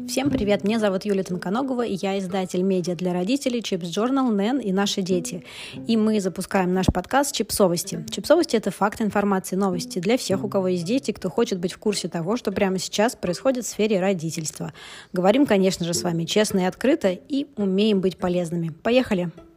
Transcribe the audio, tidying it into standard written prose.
Всем привет, меня зовут Юлия Тонконогова, и я издатель медиа для родителей Chips Journal, Нэн и наши дети. И мы запускаем наш подкаст «Чипсовости». Чипсовости – это факты, информации, новости для всех, у кого есть дети, кто хочет быть в курсе того, что прямо сейчас происходит в сфере родительства. Говорим, конечно же, с вами честно и открыто, и умеем быть полезными. Поехали!